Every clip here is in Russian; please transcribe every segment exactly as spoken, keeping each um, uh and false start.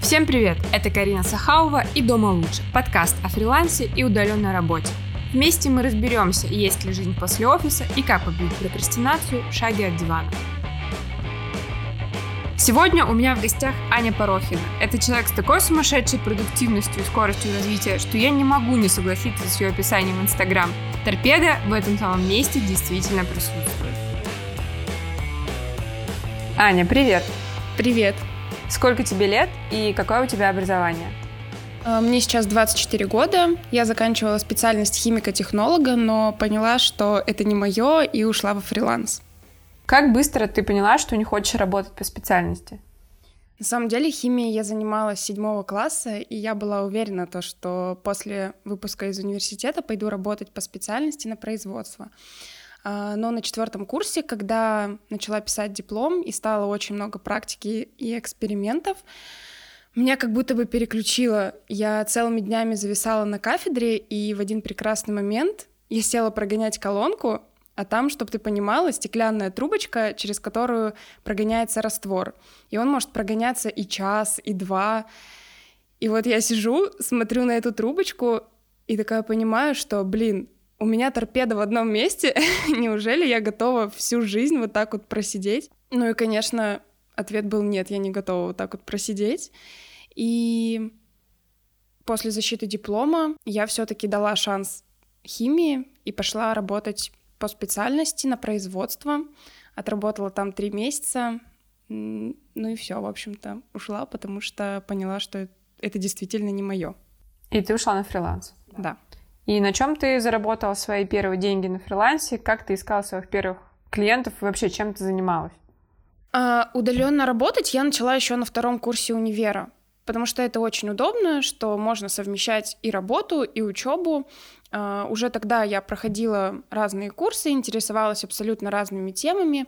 Всем привет! Это Карина Сахаува и «Дома лучше» – подкаст о фрилансе и удаленной работе. Вместе мы разберемся, есть ли жизнь после офиса и как победить прокрастинацию в шаге от дивана. Сегодня у меня в гостях Аня Порохина. Это человек с такой сумасшедшей продуктивностью и скоростью развития, что я не могу не согласиться с ее описанием в Инстаграм. Торпеда в этом самом месте действительно присутствует. Аня, привет! Привет! Сколько тебе лет и какое у тебя образование? Мне сейчас двадцать четыре года. Я заканчивала специальность химика-технолога, но поняла, что это не мое, и ушла во фриланс. Как быстро ты поняла, что не хочешь работать по специальности? На самом деле химией я занималась с седьмого класса, и я была уверена, то, что после выпуска из университета пойду работать по специальности на производство. Но на четвертом курсе, когда начала писать диплом и стало очень много практики и экспериментов, меня как будто бы переключило. Я целыми днями зависала на кафедре, и в один прекрасный момент я села прогонять колонку, а там, чтобы ты понимала, стеклянная трубочка, через которую прогоняется раствор. И он может прогоняться и час, и два. И вот я сижу, смотрю на эту трубочку и такая понимаю, что, блин, у меня торпеда в одном месте, неужели я готова всю жизнь вот так вот просидеть? Ну и, конечно, ответ был нет, я не готова вот так вот просидеть. И после защиты диплома я все-таки дала шанс химии и пошла работать по специальности на производство. Отработала там три месяца, ну и все, в общем-то, ушла, потому что поняла, что это действительно не мое. И ты ушла на фриланс? Да. И на чем ты заработала свои первые деньги на фрилансе? Как ты искала своих первых клиентов? И вообще, чем ты занималась? А, удаленно работать я начала еще на втором курсе универа, потому что это очень удобно, что можно совмещать и работу, и учебу. А, уже тогда я проходила разные курсы, интересовалась абсолютно разными темами,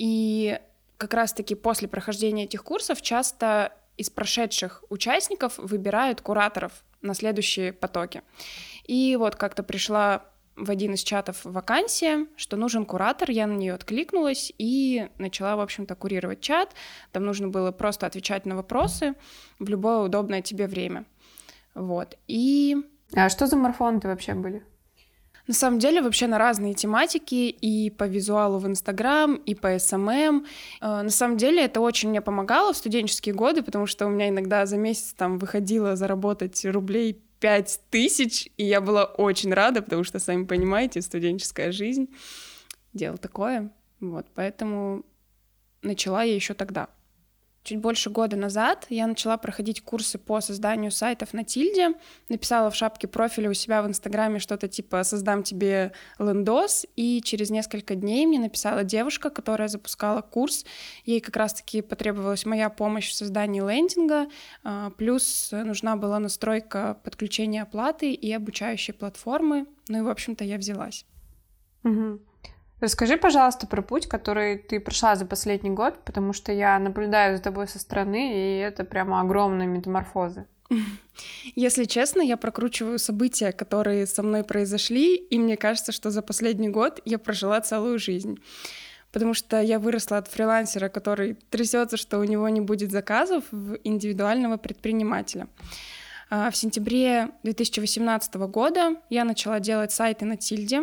и как раз-таки после прохождения этих курсов часто из прошедших участников выбирают кураторов на следующие потоки. И вот как-то пришла в один из чатов вакансия, что нужен куратор, я на нее откликнулась и начала, в общем-то, курировать чат. Там нужно было просто отвечать на вопросы в любое удобное тебе время. Вот. И... А что за марафоны-то вообще были? На самом деле вообще на разные тематики, и по визуалу в Инстаграм, и по эс эм эм. На самом деле это очень мне помогало в студенческие годы, потому что у меня иногда за месяц там выходило заработать рублей пять тысяч, и я была очень рада, потому что, сами понимаете, студенческая жизнь, дело такое. Вот, поэтому начала я еще тогда. Чуть больше года назад я начала проходить курсы по созданию сайтов на Тильде, написала в шапке профиля у себя в Инстаграме что-то типа «создам тебе лендос», и через несколько дней мне написала девушка, которая запускала курс. Ей как раз-таки потребовалась моя помощь в создании лендинга, плюс нужна была настройка подключения оплаты и обучающей платформы. Ну и, в общем-то, я взялась. Угу. Расскажи, пожалуйста, про путь, который ты прошла за последний год, потому что я наблюдаю за тобой со стороны, и это прямо огромные метаморфозы. Если честно, я прокручиваю события, которые со мной произошли, и мне кажется, что за последний год я прожила целую жизнь. Потому что я выросла от фрилансера, который трясется, что у него не будет заказов, в индивидуального предпринимателя. В сентябре две тысячи восемнадцатого года я начала делать сайты на Тильде.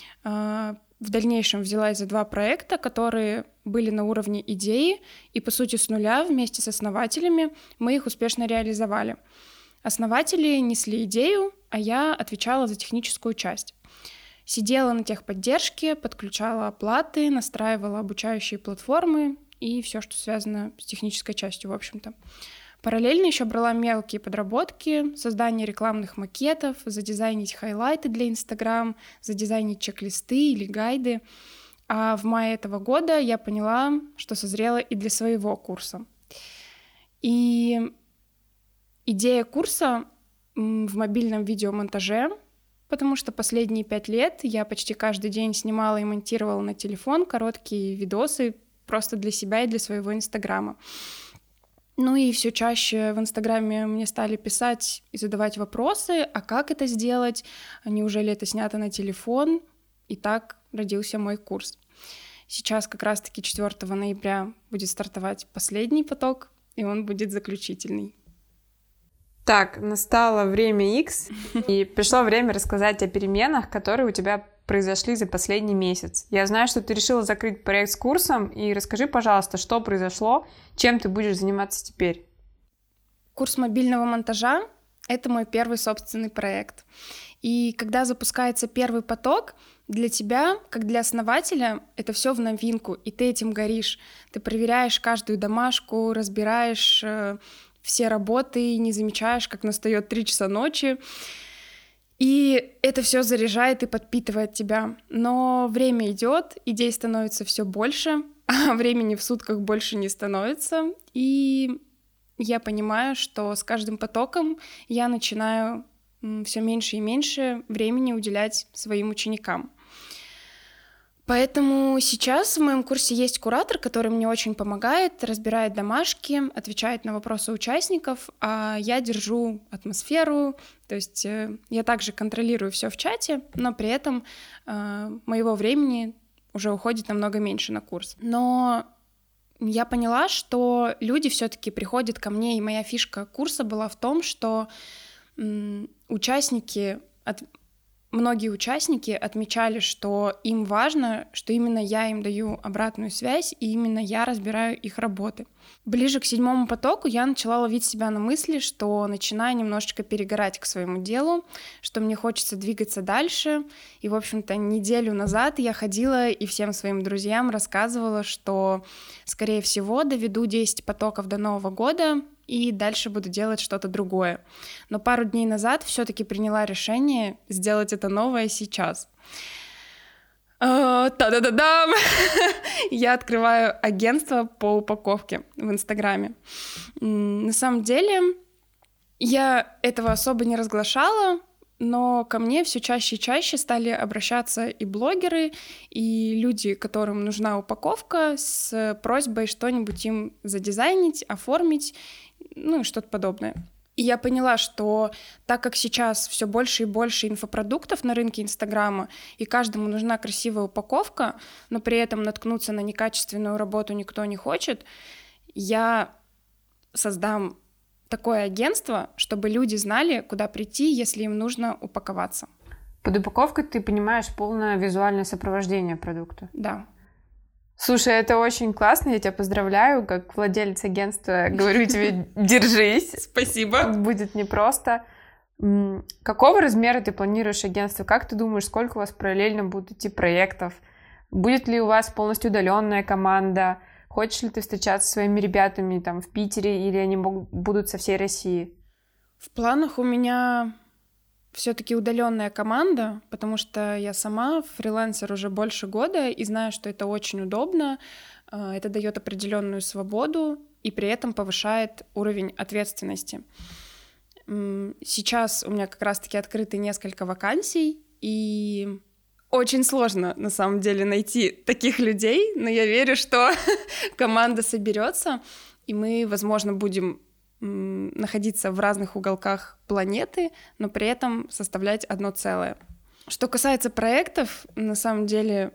В дальнейшем взялась за два проекта, которые были на уровне идеи, и, по сути, с нуля вместе с основателями мы их успешно реализовали. Основатели несли идею, а я отвечала за техническую часть. Сидела на техподдержке, подключала оплаты, настраивала обучающие платформы и все, что связано с технической частью, в общем-то. Параллельно еще брала мелкие подработки, создание рекламных макетов, задизайнить хайлайты для Инстаграм, задизайнить чек-листы или гайды. А в мае этого года я поняла, что созрела и для своего курса. И идея курса в мобильном видеомонтаже, потому что последние пять лет я почти каждый день снимала и монтировала на телефон короткие видосы просто для себя и для своего Инстаграма. Ну и все чаще в Инстаграме мне стали писать и задавать вопросы, а как это сделать, неужели это снято на телефон, и так родился мой курс. Сейчас как раз-таки четвёртого ноября будет стартовать последний поток, и он будет заключительный. Так, настало время X, и пришло время рассказать о переменах, которые у тебя произошли за последний месяц. Я знаю, что ты решила закрыть проект с курсом, и расскажи, пожалуйста, что произошло, чем ты будешь заниматься теперь? Курс мобильного монтажа — это мой первый собственный проект. И когда запускается первый поток, для тебя, как для основателя, это все в новинку, и ты этим горишь. Ты проверяешь каждую домашку, разбираешь э, все работы, не замечаешь, как настает три часа ночи. И это все заряжает и подпитывает тебя. Но время идет, идей становится все больше, а времени в сутках больше не становится. И я понимаю, что с каждым потоком я начинаю все меньше и меньше времени уделять своим ученикам. Поэтому сейчас в моем курсе есть куратор, который мне очень помогает, разбирает домашки, отвечает на вопросы участников, а я держу атмосферу, то есть я также контролирую все в чате, но при этом э, моего времени уже уходит намного меньше на курс. Но я поняла, что люди все-таки приходят ко мне, и моя фишка курса была в том, что м, участники от Многие участники отмечали, что им важно, что именно я им даю обратную связь, и именно я разбираю их работы. Ближе к седьмому потоку я начала ловить себя на мысли, что начинаю немножечко перегорать к своему делу, что мне хочется двигаться дальше. И, в общем-то, неделю назад я ходила и всем своим друзьям рассказывала, что, скорее всего, доведу десять потоков до Нового года, и дальше буду делать что-то другое. Но пару дней назад все-таки приняла решение сделать это новое сейчас. Та-да-да-дам! Я открываю агентство по упаковке в Инстаграме. На самом деле, я этого особо не разглашала, но ко мне все чаще и чаще стали обращаться и блогеры, и люди, которым нужна упаковка, с просьбой что-нибудь им задизайнить, оформить, ну и что-то подобное. И я поняла, что так как сейчас все больше и больше инфопродуктов на рынке Инстаграма, и каждому нужна красивая упаковка, но при этом наткнуться на некачественную работу никто не хочет, я создам такое агентство, чтобы люди знали, куда прийти, если им нужно упаковаться. Под упаковкой ты понимаешь полное визуальное сопровождение продукта? Да. Слушай, это очень классно, я тебя поздравляю, как владелец агентства, говорю тебе, держись. Спасибо. Будет непросто. Какого размера ты планируешь агентство? Как ты думаешь, сколько у вас параллельно будут идти проектов? Будет ли у вас полностью удаленная команда? Хочешь ли ты встречаться со своими ребятами там в Питере, или они будут со всей России? В планах у меня все-таки удаленная команда, потому что я сама фрилансер уже больше года и знаю, что это очень удобно, это дает определенную свободу и при этом повышает уровень ответственности. Сейчас у меня как раз-таки открыты несколько вакансий, и очень сложно на самом деле найти таких людей, но я верю, что команда соберется, и мы, возможно, будем находиться в разных уголках планеты, но при этом составлять одно целое. Что касается проектов, на самом деле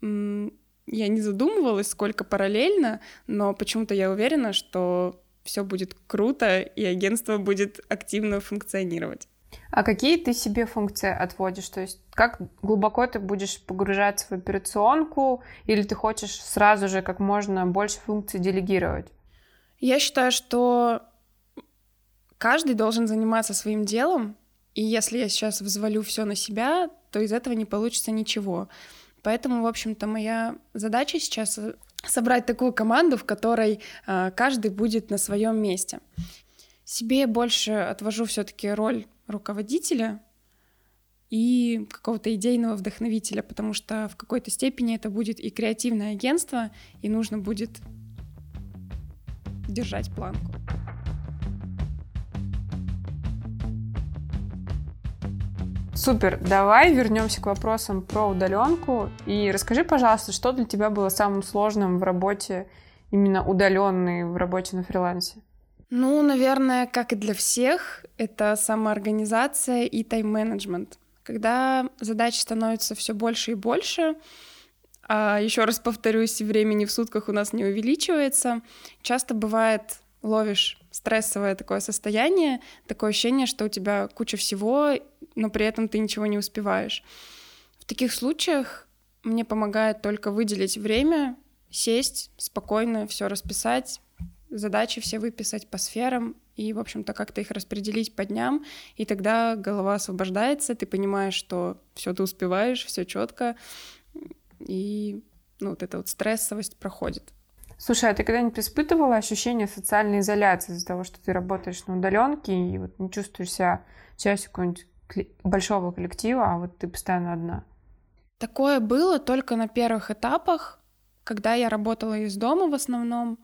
я не задумывалась, сколько параллельно, но почему-то я уверена, что все будет круто, и агентство будет активно функционировать. А какие ты себе функции отводишь? То есть как глубоко ты будешь погружаться в операционку, или ты хочешь сразу же как можно больше функций делегировать? Я считаю, что каждый должен заниматься своим делом, и если я сейчас взвалю все на себя, то из этого не получится ничего. Поэтому, в общем-то, моя задача сейчас собрать такую команду, в которой э, каждый будет на своем месте. Себе больше отвожу все-таки роль руководителя и какого-то идейного вдохновителя, потому что в какой-то степени это будет и креативное агентство, и нужно будет держать планку. Супер, давай вернемся к вопросам про удаленку и расскажи, пожалуйста, что для тебя было самым сложным в работе, именно удаленной, в работе на фрилансе? Ну, наверное, как и для всех, это самоорганизация и тайм-менеджмент. Когда задач становится все больше и больше, а еще раз повторюсь, времени в сутках у нас не увеличивается, часто бывает ловишь стрессовое такое состояние, такое ощущение, что у тебя куча всего, но при этом ты ничего не успеваешь. В таких случаях мне помогает только выделить время, сесть, спокойно все расписать, задачи все выписать по сферам и, в общем-то, как-то их распределить по дням, и тогда голова освобождается, ты понимаешь, что все ты успеваешь, все четко, и ну, вот эта вот стрессовость проходит. Слушай, а ты когда-нибудь испытывала ощущение социальной изоляции из-за того, что ты работаешь на удаленке и вот не чувствуешь себя частью какого-нибудь большого коллектива, а вот ты постоянно одна? Такое было только на первых этапах, когда я работала из дома в основном.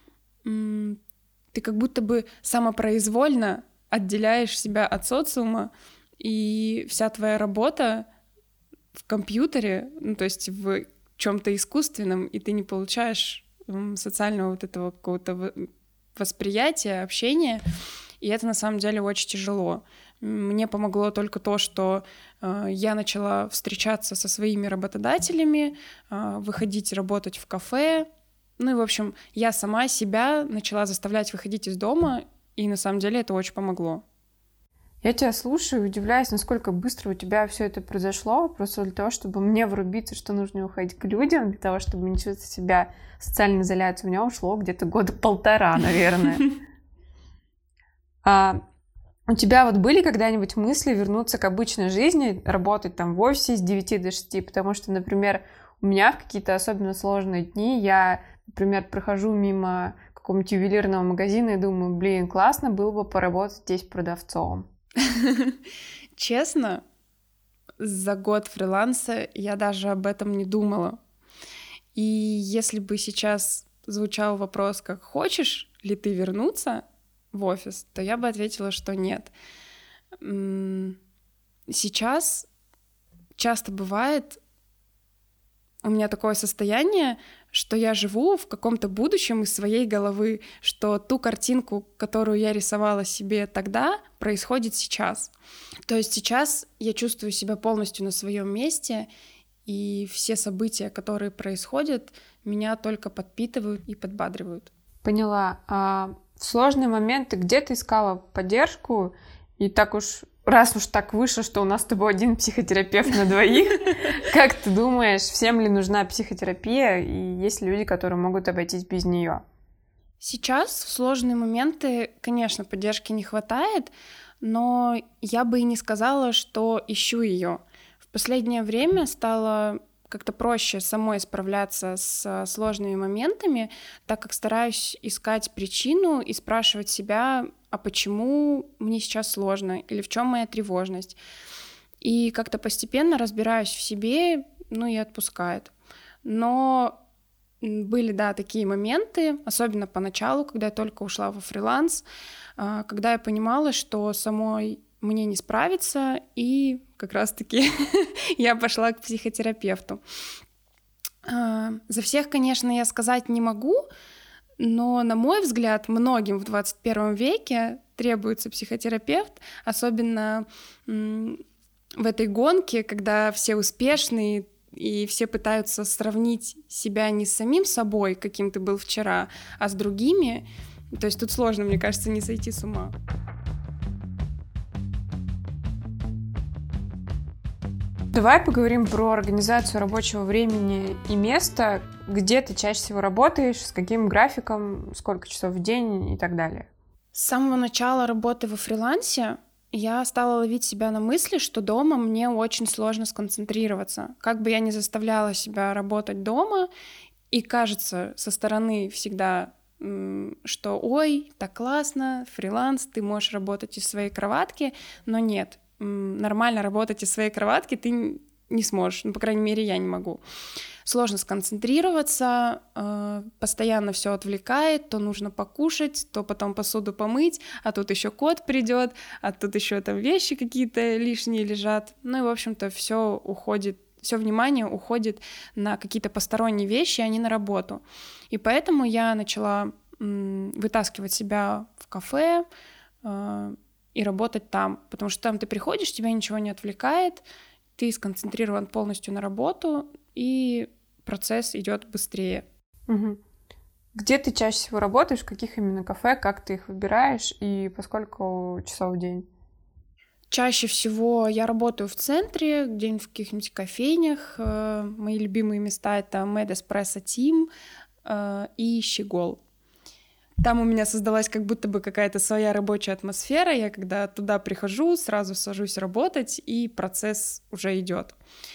Ты как будто бы самопроизвольно отделяешь себя от социума, и вся твоя работа в компьютере, ну, то есть в чем-то искусственном, и ты не получаешь социального вот этого какого-то восприятия, общения, и это на самом деле очень тяжело. Мне помогло только то, что э, я начала встречаться со своими работодателями, э, выходить работать в кафе. Ну и, в общем, я сама себя начала заставлять выходить из дома, и на самом деле это очень помогло. Я тебя слушаю и удивляюсь, насколько быстро у тебя все это произошло, просто для того, чтобы мне врубиться, что нужно уходить к людям, для того, чтобы не чувствовать себя в социальной изоляции. У меня ушло где-то года полтора, наверное. А у тебя вот были когда-нибудь мысли вернуться к обычной жизни, работать там в офисе с девяти до шести? Потому что, например, у меня в какие-то особенно сложные дни я, например, прохожу мимо какого-нибудь ювелирного магазина и думаю, блин, классно было бы поработать здесь продавцом. Честно, за год фриланса я даже об этом не думала. И если бы сейчас звучал вопрос, как хочешь ли ты вернуться в офис, то я бы ответила, что нет. Сейчас часто бывает у меня такое состояние, что я живу в каком-то будущем из своей головы, что ту картинку, которую я рисовала себе тогда, происходит сейчас. То есть сейчас я чувствую себя полностью на своем месте, и все события, которые происходят, меня только подпитывают и подбадривают. Поняла. А в сложные моменты где ты искала поддержку? И так уж, раз уж так вышло, что у нас с тобой один психотерапевт на двоих, как ты думаешь, всем ли нужна психотерапия, и есть ли люди, которые могут обойтись без нее? Сейчас в сложные моменты, конечно, поддержки не хватает, но я бы и не сказала, что ищу ее. В последнее время стало как-то проще самой справляться с сложными моментами, так как стараюсь искать причину и спрашивать себя, а почему мне сейчас сложно или в чем моя тревожность. И как-то постепенно разбираюсь в себе, ну и отпускает. Но были, да, такие моменты, особенно поначалу, когда я только ушла во фриланс, когда я понимала, что самой мне не справиться, и как раз-таки я пошла к психотерапевту. За всех, конечно, я сказать не могу, но, на мой взгляд, многим в двадцать первом веке требуется психотерапевт, особенно в этой гонке, когда все успешные, и все пытаются сравнить себя не с самим собой, каким ты был вчера, а с другими. То есть тут сложно, мне кажется, не сойти с ума. Давай поговорим про организацию рабочего времени и места, где ты чаще всего работаешь, с каким графиком, сколько часов в день и так далее. С самого начала работы во фрилансе я стала ловить себя на мысли, что дома мне очень сложно сконцентрироваться. Как бы я ни заставляла себя работать дома, и кажется со стороны всегда, что ой, так классно, фриланс, ты можешь работать из своей кроватки, но нет. Нормально работать из своей кроватки ты не сможешь, ну, по крайней мере, я не могу. Сложно сконцентрироваться, э, постоянно все отвлекает, то нужно покушать, то потом посуду помыть, а тут еще кот придет, а тут еще там вещи какие-то лишние лежат. Ну и, в общем-то, все уходит, все внимание уходит на какие-то посторонние вещи, а не на работу. И поэтому я начала м, вытаскивать себя в кафе, э, и работать там, потому что там ты приходишь, тебя ничего не отвлекает, ты сконцентрирован полностью на работу, и процесс идет быстрее. Угу. Где ты чаще всего работаешь, в каких именно кафе, как ты их выбираешь и по сколько часов в день? Чаще всего я работаю в центре, где-нибудь в каких-нибудь кофейнях. Мои любимые места — это Mad Espresso Team и Щегол. Там у меня создалась как будто бы какая-то своя рабочая атмосфера. Я когда туда прихожу, сразу сажусь работать, и процесс уже идет.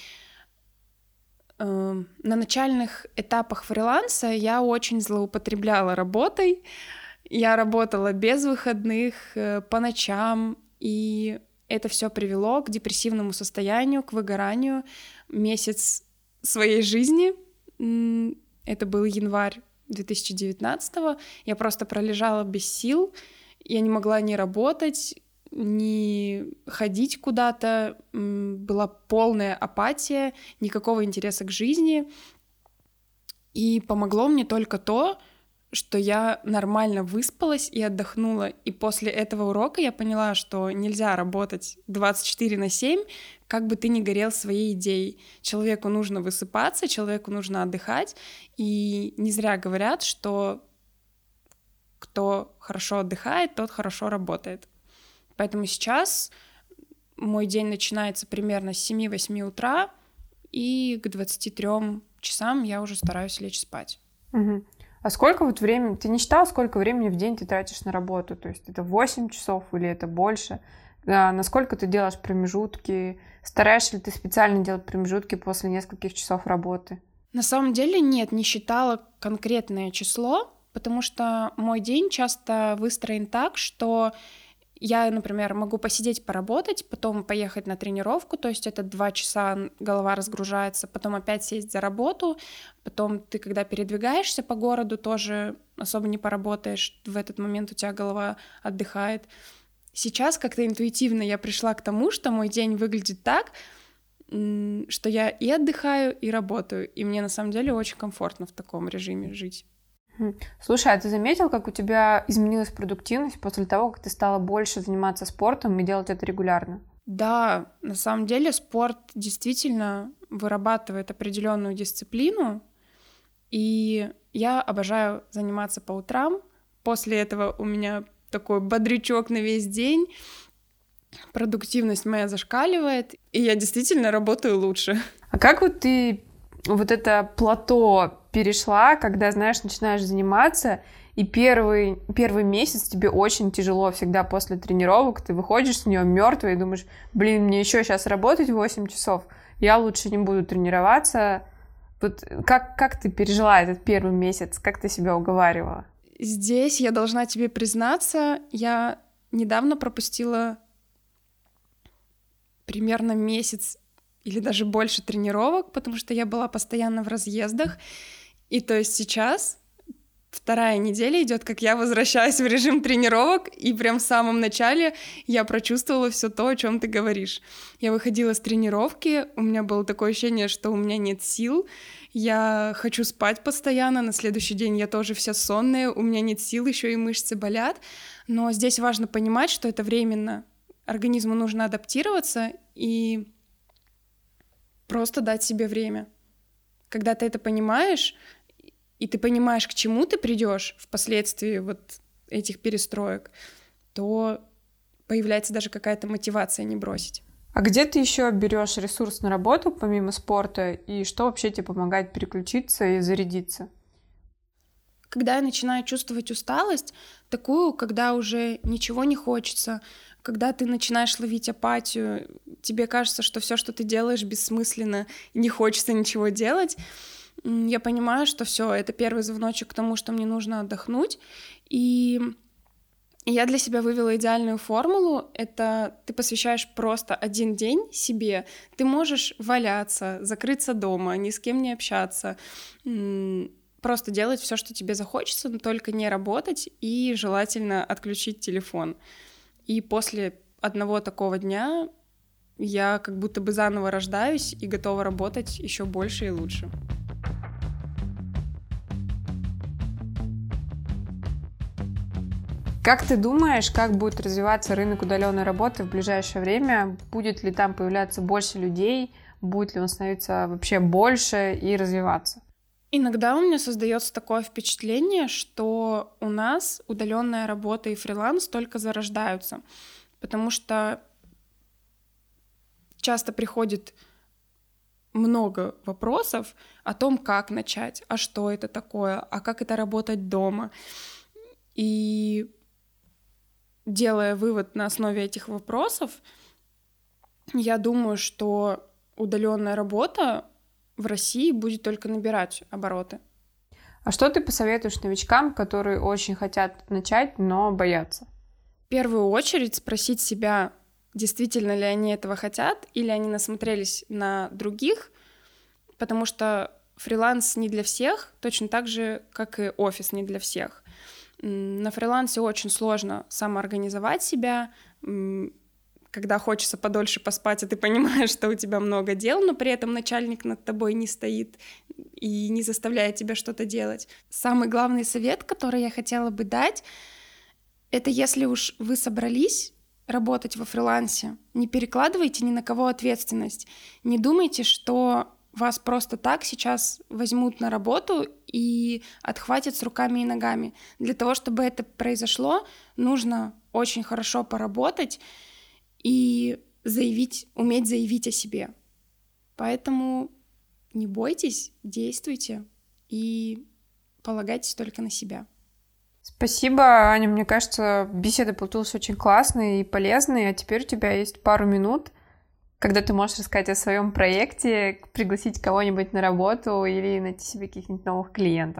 На начальных этапах фриланса я очень злоупотребляла работой. Я работала без выходных, по ночам, и это все привело к депрессивному состоянию, к выгоранию. Месяц своей жизни, это был январь две тысячи девятнадцатого, я просто пролежала без сил, я не могла ни работать, ни ходить куда-то, была полная апатия, никакого интереса к жизни. И помогло мне только то, что я нормально выспалась и отдохнула. И после этого урока я поняла, что нельзя работать двадцать четыре на семь, как бы ты ни горел своей идеей. Человеку нужно высыпаться, человеку нужно отдыхать. И не зря говорят, что кто хорошо отдыхает, тот хорошо работает. Поэтому сейчас мой день начинается примерно с семи-восьми утра, и к двадцати трём часам я уже стараюсь лечь спать. Угу. А сколько вот времени, ты не считала, сколько времени в день ты тратишь на работу? То есть это восемь часов или это больше? А насколько ты делаешь промежутки? Стараешься ли ты специально делать промежутки после нескольких часов работы? На самом деле нет, не считала конкретное число, потому что мой день часто выстроен так, что я, например, могу посидеть, поработать, потом поехать на тренировку, то есть это два часа голова разгружается, потом опять сесть за работу, потом ты, когда передвигаешься по городу, тоже особо не поработаешь, в этот момент у тебя голова отдыхает. Сейчас как-то интуитивно я пришла к тому, что мой день выглядит так, что я и отдыхаю, и работаю, и мне на самом деле очень комфортно в таком режиме жить. Слушай, а ты заметил, как у тебя изменилась продуктивность после того, как ты стала больше заниматься спортом и делать это регулярно? Да, на самом деле спорт действительно вырабатывает определенную дисциплину, и я обожаю заниматься по утрам. После этого у меня такой бодрячок на весь день, продуктивность моя зашкаливает, и я действительно работаю лучше. А как вот ты вот это плато перешла, когда, знаешь, начинаешь заниматься, и первый, первый месяц тебе очень тяжело всегда после тренировок, ты выходишь с нее мертвой и думаешь, блин, мне еще сейчас работать восемь часов, я лучше не буду тренироваться. Вот как, как ты пережила этот первый месяц, как ты себя уговаривала? Здесь я должна тебе признаться, я недавно пропустила примерно месяц или даже больше тренировок, потому что я была постоянно в разъездах. И то есть сейчас вторая неделя идет, как я возвращаюсь в режим тренировок, и прям в самом начале я прочувствовала все то, о чем ты говоришь. Я выходила с тренировки, у меня было такое ощущение, что у меня нет сил, я хочу спать постоянно, на следующий день я тоже вся сонная, у меня нет сил, еще и мышцы болят. Но здесь важно понимать, что это временно. Организму нужно адаптироваться и просто дать себе время. Когда ты это понимаешь, и ты понимаешь, к чему ты придешь впоследствии вот этих перестроек, то появляется даже какая-то мотивация не бросить. А где ты еще берешь ресурс на работу, помимо спорта, и что вообще тебе помогает переключиться и зарядиться? Когда я начинаю чувствовать усталость, такую, когда уже ничего не хочется, когда ты начинаешь ловить апатию, тебе кажется, что все, что ты делаешь, бессмысленно, не хочется ничего делать, я понимаю, что все, это первый звоночек к тому, что мне нужно отдохнуть. И я для себя вывела идеальную формулу. Это ты посвящаешь просто один день себе. Ты можешь валяться, закрыться дома, ни с кем не общаться, просто делать все, что тебе захочется, но только не работать и желательно отключить телефон. И после одного такого дня я как будто бы заново рождаюсь и готова работать еще больше и лучше. Как ты думаешь, как будет развиваться рынок удаленной работы в ближайшее время? Будет ли там появляться больше людей? Будет ли он становиться вообще больше и развиваться? Иногда у меня создается такое впечатление, что у нас удаленная работа и фриланс только зарождаются, потому что часто приходит много вопросов о том, как начать, а что это такое, а как это работать дома. И делая вывод на основе этих вопросов, я думаю, что удаленная работа в России будет только набирать обороты. А что ты посоветуешь новичкам, которые очень хотят начать, но боятся? В первую очередь спросить себя, действительно ли они этого хотят, или они насмотрелись на других, потому что фриланс не для всех, точно так же, как и офис не для всех. На фрилансе очень сложно самоорганизовать себя, когда хочется подольше поспать, а ты понимаешь, что у тебя много дел, но при этом начальник над тобой не стоит и не заставляет тебя что-то делать. Самый главный совет, который я хотела бы дать, это если уж вы собрались работать во фрилансе, не перекладывайте ни на кого ответственность. Не думайте, что вас просто так сейчас возьмут на работу и отхватят с руками и ногами. Для того, чтобы это произошло, нужно очень хорошо поработать и заявить, уметь заявить о себе. Поэтому не бойтесь, действуйте и полагайтесь только на себя. Спасибо, Аня. Мне кажется, беседа получилась очень классной и полезной. А теперь у тебя есть пару минут, когда ты можешь рассказать о своем проекте, пригласить кого-нибудь на работу или найти себе каких-нибудь новых клиентов.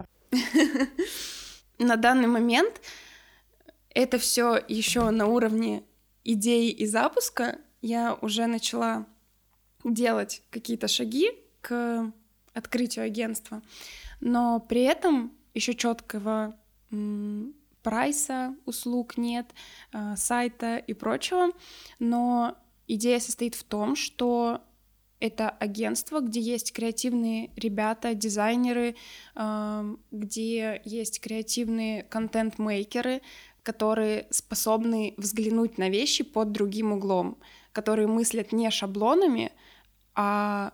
На данный момент это все еще на уровне идеи и запуска. Я уже начала делать какие-то шаги к открытию агентства, но при этом еще четкого прайса услуг нет, сайта и прочего, но идея состоит в том, что это агентство, где есть креативные ребята, дизайнеры, где есть креативные контент-мейкеры, которые способны взглянуть на вещи под другим углом, которые мыслят не шаблонами, а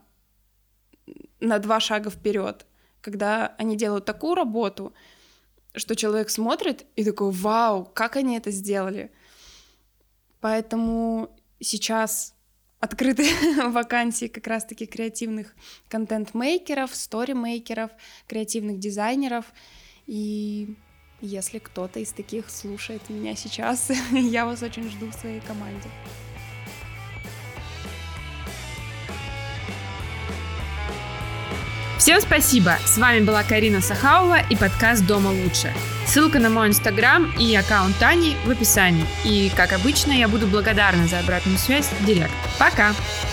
на два шага вперед, когда они делают такую работу, что человек смотрит и такой: вау, как они это сделали. Поэтому сейчас открыты вакансии как раз-таки креативных контент-мейкеров, стори-мейкеров, креативных дизайнеров. И если кто-то из таких слушает меня сейчас, я вас очень жду в своей команде. Всем спасибо! С вами была Карина Сахаува и подкаст «Дома лучше». Ссылка на мой инстаграм и аккаунт Тани в описании. И, как обычно, я буду благодарна за обратную связь в директ. Пока!